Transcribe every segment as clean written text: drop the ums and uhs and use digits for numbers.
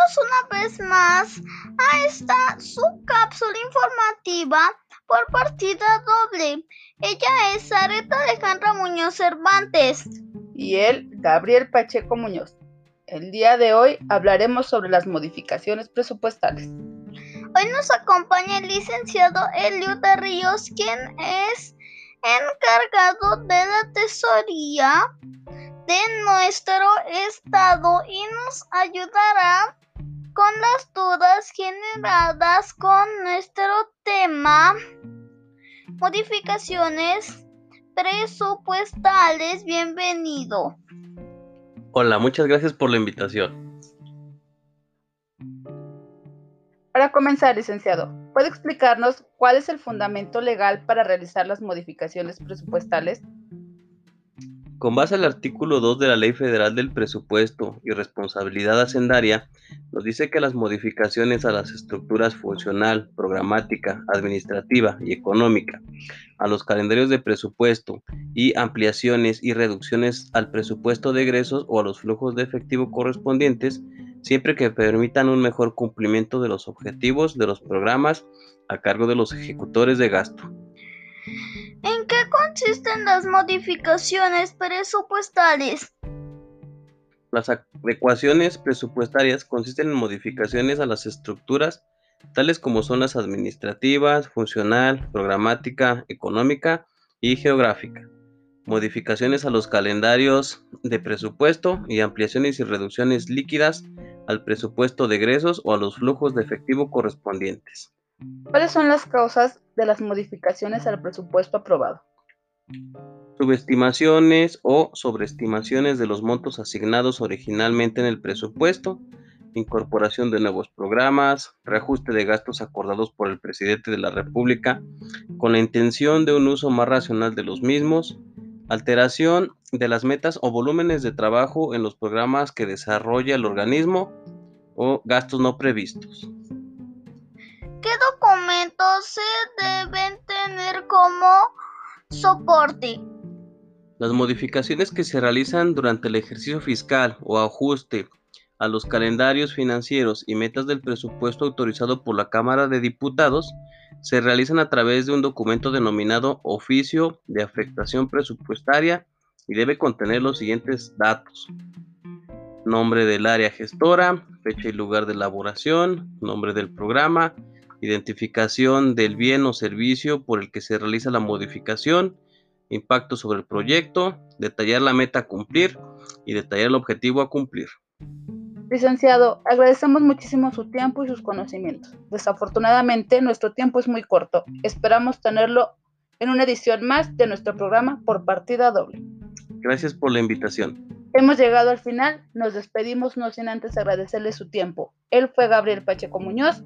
bienvenidos una vez más a esta su cápsula informativa por partida doble. Ella es Zareta Alejandra Muñoz Cervantes. Y él, Gabriel Pacheco Muñoz. El día de hoy hablaremos sobre las modificaciones presupuestales. Hoy nos acompaña el licenciado Eliud de Ríos, quien es encargado de la tesorería de nuestro estado y nos ayudará con las dudas generadas con nuestro tema modificaciones presupuestales. Bienvenido. Hola, muchas gracias por la invitación. Para comenzar, licenciado, ¿puede explicarnos cuál es el fundamento legal para realizar las modificaciones presupuestales? Con base al artículo 2 de la Ley Federal del Presupuesto y Responsabilidad Hacendaria, nos dice que las modificaciones a las estructuras funcional, programática, administrativa y económica, a los calendarios de presupuesto y ampliaciones y reducciones al presupuesto de egresos o a los flujos de efectivo correspondientes, siempre que permitan un mejor cumplimiento de los objetivos de los programas a cargo de los ejecutores de gasto. ¿En qué consisten las modificaciones presupuestales? Las adecuaciones presupuestarias consisten en modificaciones a las estructuras, tales como son las administrativas, funcional, programática, económica y geográfica. Modificaciones a los calendarios de presupuesto y ampliaciones y reducciones líquidas al presupuesto de egresos o a los flujos de efectivo correspondientes. ¿Cuáles son las causas de las modificaciones al presupuesto aprobado? Subestimaciones o sobreestimaciones de los montos asignados originalmente en el presupuesto, incorporación de nuevos programas, reajuste de gastos acordados por el presidente de la República con la intención de un uso más racional de los mismos, alteración de las metas o volúmenes de trabajo en los programas que desarrolla el organismo o gastos no previstos. ¿Qué documentos se deben tener como soporte? Las modificaciones que se realizan durante el ejercicio fiscal o ajuste a los calendarios financieros y metas del presupuesto autorizado por la Cámara de Diputados se realizan a través de un documento denominado Oficio de Afectación Presupuestaria y debe contener los siguientes datos: nombre del área gestora, fecha y lugar de elaboración, nombre del programa, identificación del bien o servicio por el que se realiza la modificación, impacto sobre el proyecto, detallar la meta a cumplir y detallar el objetivo a cumplir. Licenciado, agradecemos muchísimo su tiempo y sus conocimientos. Desafortunadamente, nuestro tiempo es muy corto. Esperamos tenerlo en una edición más de nuestro programa por partida doble. Gracias por la invitación. Hemos llegado al final, nos despedimos no sin antes agradecerle su tiempo. Él fue Gabriel Pacheco Muñoz.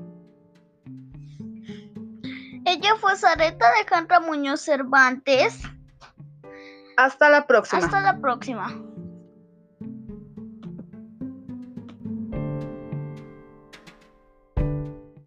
Ella fue Zareta Alejandra Muñoz Cervantes. Hasta la próxima. Hasta la próxima.